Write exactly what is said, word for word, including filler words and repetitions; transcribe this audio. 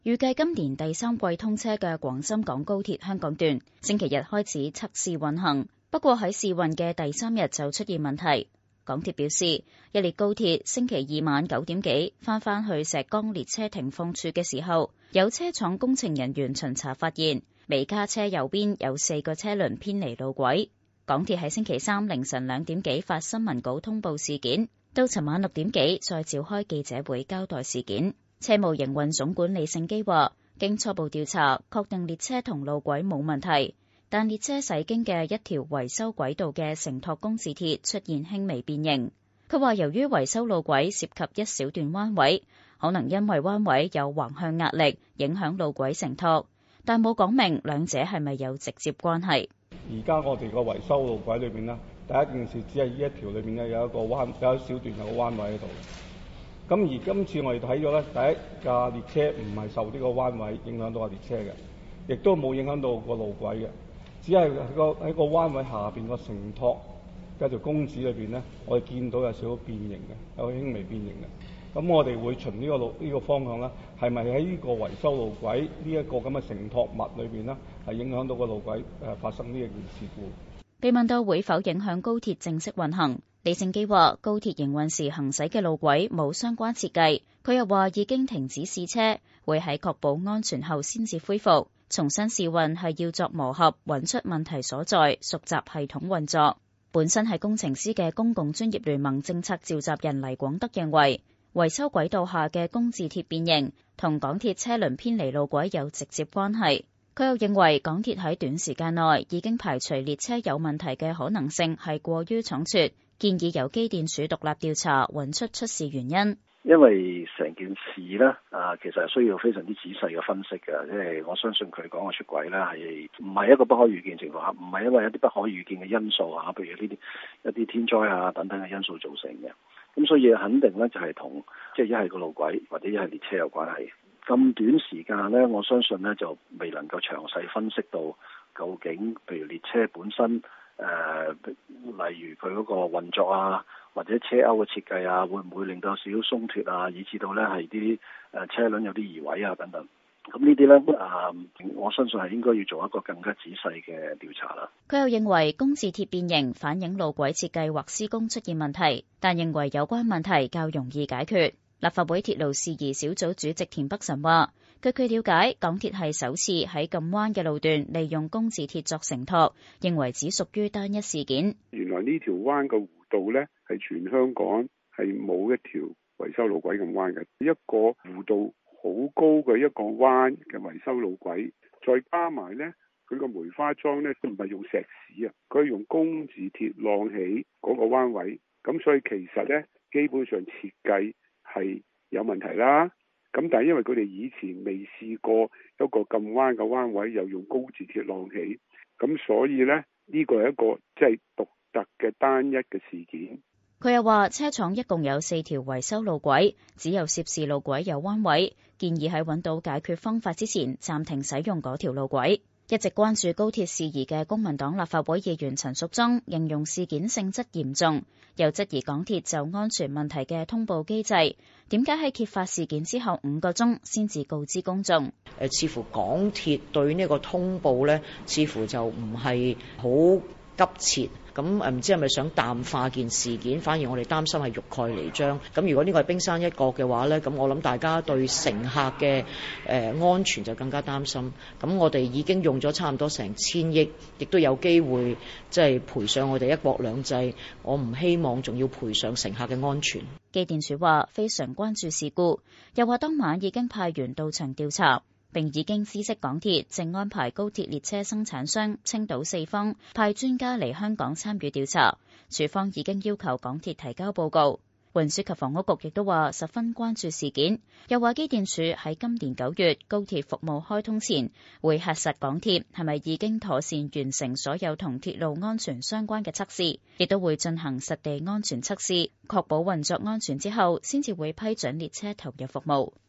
預計今年第三季通車嘅廣深港高鐵香港段，星期日開始測試運行，不過喺試運嘅第三日就出現問題。港鐵表示，一列高鐵星期二晚九點幾翻返去石崗列車停放處嘅時候，有車廠工程人員巡查發現，尾卡車右邊有四個車輪偏離路軌。港鐵喺星期三凌晨兩點幾發新聞稿通報事件，到尋晚六點幾再召開記者會交代事件。車務營運總管李勝基話，經初步調查，確定列車同路軌冇問題，但列車駛經嘅一條維修軌道嘅承托工字鐵出現輕微變形。佢話由於維修路軌涉及一小段彎位，可能因為彎位有橫向壓力影響路軌承托，但冇講明兩者係咪有直接關係。 而家我哋個維修路軌裏邊呢，第一件事只係呢一條裏邊呢有一個彎，有一小段有個彎位喺度。咁而今次我哋睇咗咧，第一架列車唔係受呢個彎位影響到架列車嘅，亦都冇影響到個路軌嘅，只係喺個喺個彎位下邊個承托嘅條工字裏邊咧，我哋見到有少少變形嘅，有輕微變形嘅。咁我哋會循呢個路呢個方向咧，係咪喺呢個維修路軌呢一個咁嘅承托物裏邊咧，係影響到個路軌誒發生呢一件事故？ 被問到會否影響高鐵正式運行，李勝基話高鐵營運時行駛嘅路軌冇相關設計。佢又話已經停止試車，會喺確保安全後先至恢復。重新試運係要作磨合，揾出問題所在，熟習系統運作。本身係工程師嘅公共專業聯盟政策召集人黎廣德認為，維修軌道下嘅工字鐵變形同港鐵車輪偏離路軌有直接關係。佢又認為港鐵喺短時間內已經排除列車有問題嘅可能性係過於倉促，建議由機電署獨立調查，揾出出事原因。 因為成件事咧，啊，其實係需要非常之仔細嘅分析嘅，即係我相信佢講嘅出軌咧係唔係一個不可預見情況下，唔係因為一啲不可預見嘅因素啊，譬如呢啲一啲天災啊等等嘅因素造成嘅。咁所以肯定咧就係同即係一係個路軌或者一係列車有關係。咁短時間咧，我相信咧就未能夠詳細分析到究竟，譬如列車本身誒、呃，例如佢嗰個運作啊，或者車鈎嘅設計啊，會唔會令到少少鬆脱啊，以至到咧係啲誒車輪有啲移位啊等等。咁呢啲咧啊，我相信係應該要做一個更加仔細嘅調查啦。 佢又認為工字鐵變形反映路軌設計或施工出現問題，但認為有關問題較容易解決。立法會鐵路事宜小組主席田北辰話，據佢了解，港鐵係首次喺咁彎嘅路段利用工字鐵作承托，認為只屬於單一事件。 原來呢條彎嘅弧度咧，係全香港係冇一條維修路軌咁彎嘅，一個弧度好高嘅一個彎嘅維修路軌，再加埋咧佢個梅花樁咧都唔係用石屎啊，佢係用工字鐵晾起嗰個彎位，咁所以其實咧基本上設計係有問題啦，咁但係因為佢哋以前未試過一個咁彎嘅彎位，又用高字鐵晾起，咁所以呢，呢個係一個即係獨特嘅單一嘅事件。 佢又話車廠一共有四條維修路軌，只有涉事路軌有彎位，建議喺揾到解決方法之前暫停使用嗰條路軌。一直關注高鐵事宜嘅公民黨立法會議員陳淑莊形容事件性質嚴重，又質疑港鐵就安全問題嘅通報機制，點解喺揭發事件之後五個鐘先至告知公眾？ 誒，似乎港鐵對呢個通報呢，似乎就唔係好急切。咁誒唔知係咪想淡化件事件，反而我哋擔心係欲蓋彌彰。咁如果呢個係冰山一角嘅話呢，咁我諗大家對乘客嘅誒安全就更加擔心。咁我哋已經用咗差唔多成千億，亦都有機會即係賠上我哋一國兩制。我唔希望仲要賠上乘客嘅安全。 機電署話非常關注事故，又話當晚已經派員到場調查。並已經知悉港鐵正安排高鐵列車生產商青島四方派專家嚟香港參與調查，署方已經要求港鐵提交報告。運輸及房屋局亦都話十分關注事件，又話機電署喺今年九月高鐵服務開通前會核實港鐵係咪已經妥善完成所有同鐵路安全相關嘅測試，亦都會進行實地安全測試，確保運作安全之後先至會批准列車投入服務。